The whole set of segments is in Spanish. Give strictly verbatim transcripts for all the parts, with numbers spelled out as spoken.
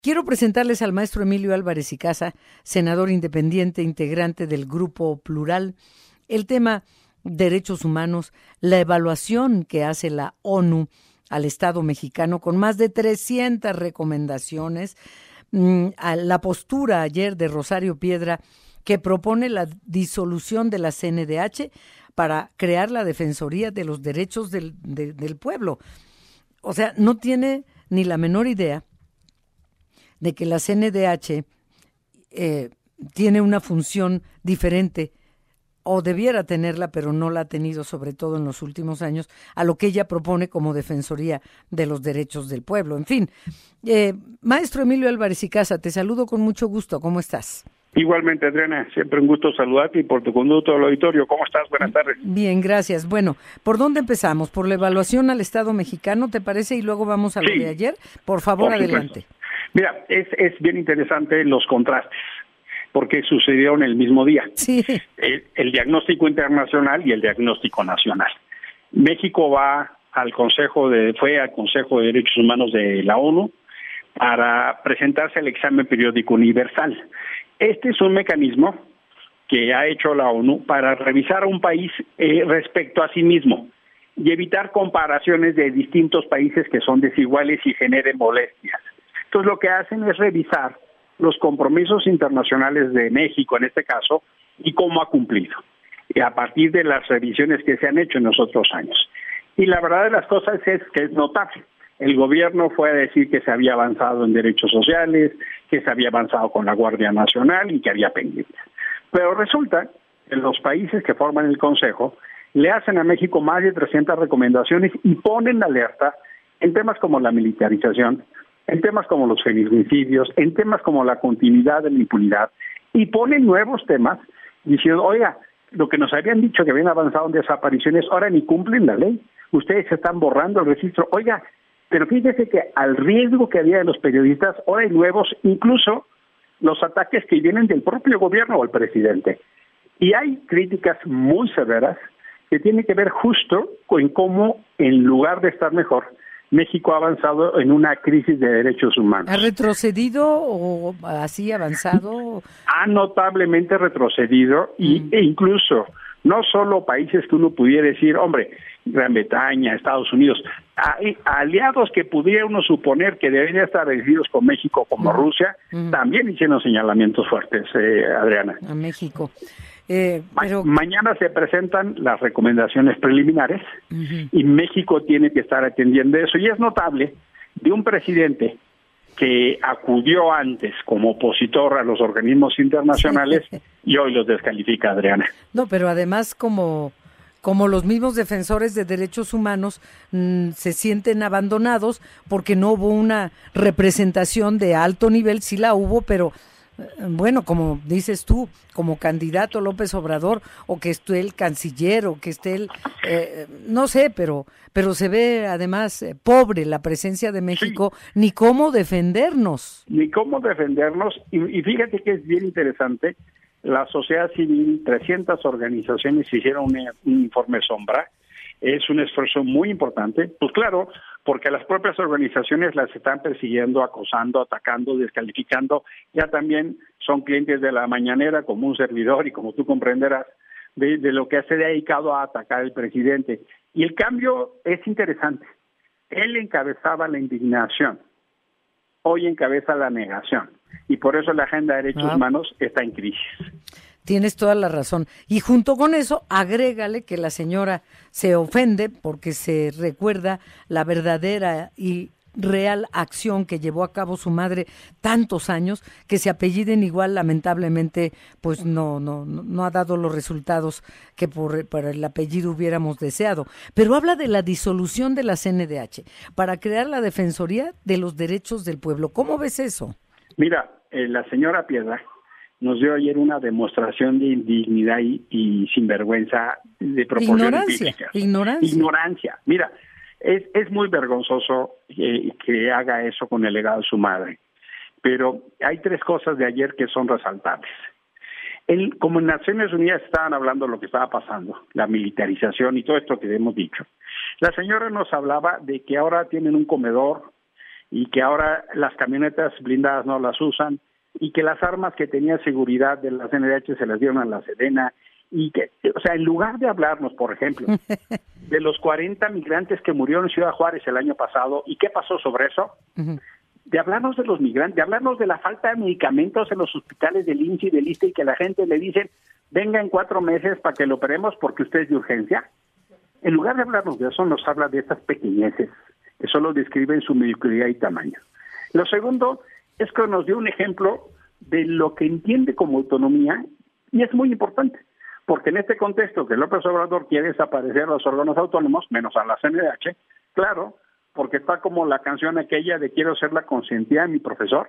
Quiero presentarles al maestro Emilio Álvarez y Casa, senador independiente, integrante del Grupo Plural. El tema derechos humanos, la evaluación que hace la ONU al Estado mexicano con más de trescientas recomendaciones, a la postura ayer de Rosario Piedra que propone la disolución de la C N D H para crear la Defensoría de los Derechos del, de, del Pueblo. O sea, no tiene ni la menor idea de que la C N D H eh, tiene una función diferente, o debiera tenerla, pero no la ha tenido, sobre todo en los últimos años, a lo que ella propone como Defensoría de los Derechos del Pueblo. En fin, eh, maestro Emilio Álvarez y Casa, te saludo con mucho gusto. ¿Cómo estás? Igualmente, Adriana, siempre un gusto saludarte y por tu conducto al auditorio. ¿Cómo estás? Buenas tardes. Bien, gracias. Bueno, ¿por dónde empezamos? ¿Por la evaluación al Estado mexicano, te parece? Y luego vamos a lo sí, de ayer. Por favor, por adelante. Mira, es, es bien interesante los contrastes, porque sucedieron el mismo día. Sí. El, el diagnóstico internacional y el diagnóstico nacional. México va al Consejo de, fue al Consejo de Derechos Humanos de la ONU para presentarse al examen periódico universal. Este es un mecanismo que ha hecho la ONU para revisar a un país eh, respecto a sí mismo y evitar comparaciones de distintos países que son desiguales y generen molestias. Entonces lo que hacen es revisar los compromisos internacionales de México en este caso y cómo ha cumplido, y a partir de las revisiones que se han hecho en los otros años. Y la verdad de las cosas es que es notable. El gobierno fue a decir que se había avanzado en derechos sociales, que se había avanzado con la Guardia Nacional y que había pendientes. Pero resulta que los países que forman el Consejo le hacen a México más de trescientas recomendaciones y ponen alerta en temas como la militarización, en temas como los feminicidios, en temas como la continuidad de la impunidad, y ponen nuevos temas diciendo, oiga, lo que nos habían dicho que habían avanzado en desapariciones, ahora ni cumplen la ley, ustedes se están borrando el registro, oiga, pero fíjese que al riesgo que había de los periodistas, ahora hay nuevos, incluso los ataques que vienen del propio gobierno o el presidente. Y hay críticas muy severas que tienen que ver justo con cómo, en lugar de estar mejor, México ha avanzado en una crisis de derechos humanos. ¿Ha retrocedido o así avanzado? Ha notablemente retrocedido y, mm. e incluso no solo países que uno pudiera decir, hombre, Gran Bretaña, Estados Unidos, hay aliados que pudiera uno suponer que deberían estar elegidos con México como mm. Rusia, mm. también hicieron señalamientos fuertes, eh, Adriana. A México. Eh, pero... Ma- mañana se presentan las recomendaciones preliminares uh-huh. y México tiene que estar atendiendo eso. Y es notable de un presidente que acudió antes como opositor a los organismos internacionales y hoy los descalifica, Adriana. No, pero además como... como los mismos defensores de derechos humanos mmm, se sienten abandonados porque no hubo una representación de alto nivel, sí la hubo, pero bueno, como dices tú, como candidato López Obrador, o que esté el canciller, o que esté el, eh, no sé, pero pero se ve además eh, pobre la presencia de México, sí. Ni cómo defendernos. Ni cómo defendernos, y, y fíjate que es bien interesante, la sociedad civil, trescientas organizaciones hicieron un, un informe sombra, es un esfuerzo muy importante, pues claro, porque las propias organizaciones las están persiguiendo, acosando, atacando, descalificando, ya también son clientes de la mañanera como un servidor y como tú comprenderás, de, de lo que se ha dedicado a atacar al presidente. Y el cambio es interesante. Él encabezaba la indignación, hoy encabeza la negación, y por eso la agenda de derechos ah. humanos está en crisis. Tienes toda la razón. Y junto con eso, agrégale que la señora se ofende porque se recuerda la verdadera y real acción que llevó a cabo su madre tantos años, que se apelliden igual, lamentablemente, pues no, no, no ha dado los resultados que por, por el apellido hubiéramos deseado. Pero habla de la disolución de la C N D H para crear la Defensoría de los Derechos del Pueblo. ¿Cómo ves eso? Mira, eh, la señora Piedra nos dio ayer una demostración de indignidad y, y sinvergüenza de proporciones ignorancia, bíblicas. Ignorancia. Ignorancia. Mira, es, es muy vergonzoso eh, que haga eso con el legado de su madre. Pero hay tres cosas de ayer que son resaltables. El, como en Naciones Unidas estaban hablando de lo que estaba pasando, la militarización y todo esto que hemos dicho. La señora nos hablaba de que ahora tienen un comedor y que ahora las camionetas blindadas no las usan, y que las armas que tenía seguridad de la C N D H se las dieron a la Sedena, y que, o sea, en lugar de hablarnos, por ejemplo, de los cuarenta migrantes que murieron en Ciudad Juárez el año pasado, ¿y qué pasó sobre eso? Uh-huh. De hablarnos de los migrantes, de hablarnos de la falta de medicamentos en los hospitales del I M S S y del I S S S T E y que la gente le dicen, venga en cuatro meses para que lo operemos porque usted es de urgencia. En lugar de hablarnos de eso, nos habla de estas pequeñeces que solo describen su mediocridad y tamaño. Lo segundo es que nos dio un ejemplo de lo que entiende como autonomía, y es muy importante, porque en este contexto que López Obrador quiere desaparecer a los órganos autónomos, menos a la C N D H, claro, porque está como la canción aquella de quiero ser la consentida de mi profesor,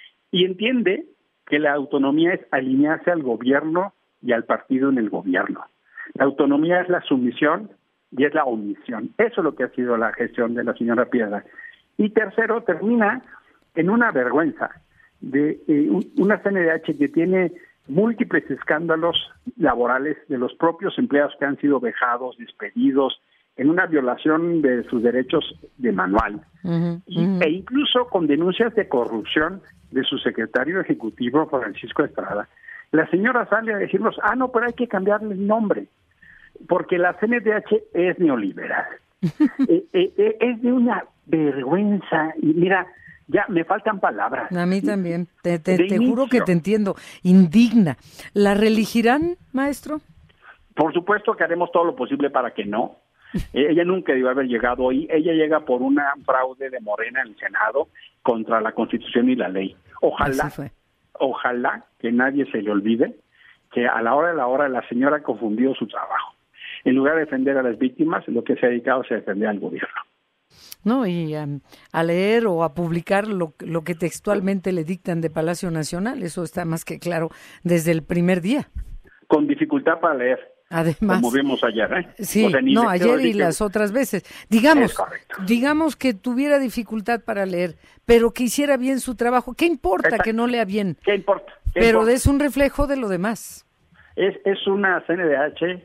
y entiende que la autonomía es alinearse al gobierno y al partido en el gobierno. La autonomía es la sumisión y es la omisión. Eso es lo que ha sido la gestión de la señora Piedra. Y tercero, termina en una vergüenza de eh, una C N D H que tiene múltiples escándalos laborales de los propios empleados que han sido vejados, despedidos, en una violación de sus derechos de manual, uh-huh, y, uh-huh. e incluso con denuncias de corrupción de su secretario ejecutivo, Francisco Estrada. La señora sale a decirnos, ah, no, pero hay que cambiarle el nombre, porque la C N D H es neoliberal. eh, eh, eh, es de una vergüenza, y mira, ya me faltan palabras. A mí también, te, te, te juro que te entiendo, indigna. ¿La reelegirán, maestro? Por supuesto que haremos todo lo posible para que no. Ella nunca debió haber llegado ahí. Ella llega por una fraude de Morena en el Senado contra la Constitución y la ley. Ojalá, ojalá que nadie se le olvide que a la hora de la hora la señora ha confundido su trabajo. En lugar de defender a las víctimas, lo que se ha dedicado es a defender al gobierno. No, y um, a leer o a publicar lo, lo que textualmente le dictan de Palacio Nacional, eso está más que claro desde el primer día. Con dificultad para leer. Además, como vimos ayer, ¿eh? Sí, o sea, no, ayer y las otras veces. Digamos, digamos que tuviera dificultad para leer, pero que hiciera bien su trabajo. ¿Qué importa Exacto. que no lea bien? ¿Qué importa? ¿Qué pero importa? Es un reflejo de lo demás. Es, es una C N D H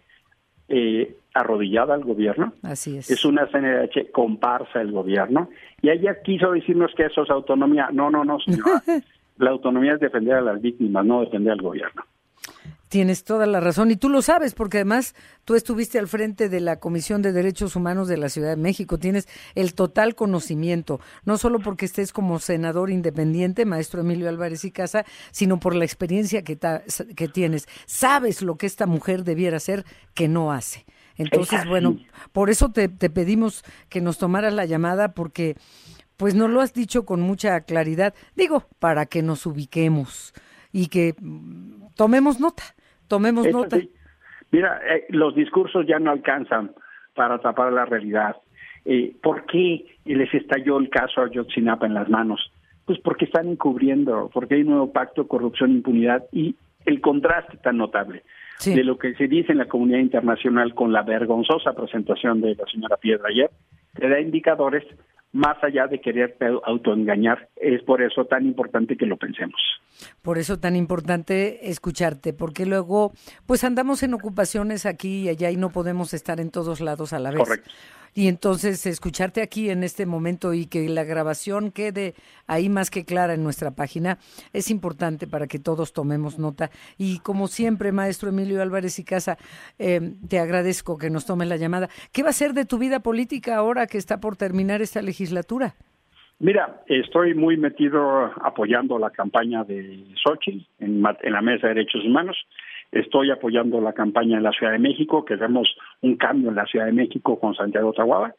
eh, arrodillada al gobierno. Así es. Es una C N D H comparsa al gobierno. Y ella quiso decirnos que eso es autonomía. No, no, no, señora. La autonomía es defender a las víctimas, no defender al gobierno. Tienes toda la razón, y tú lo sabes, porque además tú estuviste al frente de la Comisión de Derechos Humanos de la Ciudad de México, tienes el total conocimiento, no solo porque estés como senador independiente, maestro Emilio Álvarez y Casa, sino por la experiencia que, ta, que tienes. Sabes lo que esta mujer debiera hacer que no hace. Entonces, bueno, por eso te, te pedimos que nos tomaras la llamada, porque pues nos lo has dicho con mucha claridad, digo, para que nos ubiquemos y que tomemos nota, tomemos Eso nota. Sí. Mira, eh, los discursos ya no alcanzan para tapar la realidad. Eh, ¿Por qué les estalló el caso Ayotzinapa en las manos? Pues porque están encubriendo, porque hay un nuevo pacto de corrupción e impunidad, y el contraste tan notable sí. de lo que se dice en la comunidad internacional con la vergonzosa presentación de la señora Piedra ayer, te da indicadores más allá de querer autoengañar. Es por eso tan importante que lo pensemos. Por eso tan importante escucharte, porque luego pues andamos en ocupaciones aquí y allá y no podemos estar en todos lados a la vez. Correcto. Y entonces escucharte aquí en este momento y que la grabación quede ahí más que clara en nuestra página es importante para que todos tomemos nota. Y como siempre, maestro Emilio Álvarez y Casa, eh, te agradezco que nos tomes la llamada. ¿Qué va a ser de tu vida política ahora que está por terminar esta legislatura? Mira, estoy muy metido apoyando la campaña de Xochitl en, en la Mesa de Derechos Humanos. Estoy apoyando la campaña en la Ciudad de México, que vemos un cambio en la Ciudad de México con Santiago Tahuada.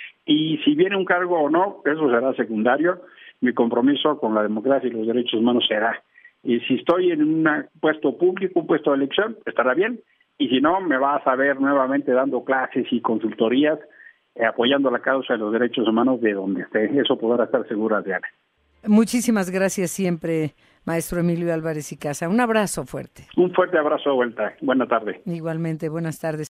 Y si viene un cargo o no, eso será secundario. Mi compromiso con la democracia y los derechos humanos será. Y si estoy en un puesto público, un puesto de elección, estará bien. Y si no, me vas a ver nuevamente dando clases y consultorías, eh, apoyando la causa de los derechos humanos de donde esté. Eso podrá estar segura, Diana. Muchísimas gracias siempre, maestro Emilio Álvarez y Casa. Un abrazo fuerte. Un fuerte abrazo de vuelta. Buena tarde. Igualmente, buenas tardes.